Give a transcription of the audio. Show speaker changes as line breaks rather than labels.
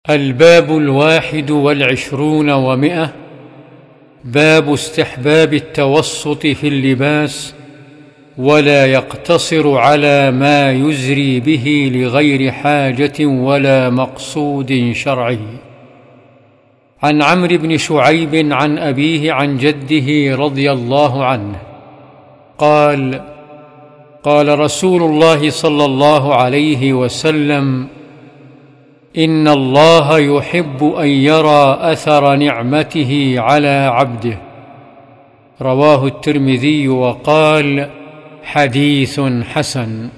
الباب 21 باب استحباب التوسط في اللباس ولا يقتصر على ما يزري به لغير حاجة ولا مقصود شرعي. عن عمرو بن شعيب عن أبيه عن جده رضي الله عنه قال: قال رسول الله صلى الله عليه وسلم: إن الله يحب أن يرى أثر نعمته على عبده. رواه الترمذي وقال: حديث حسن.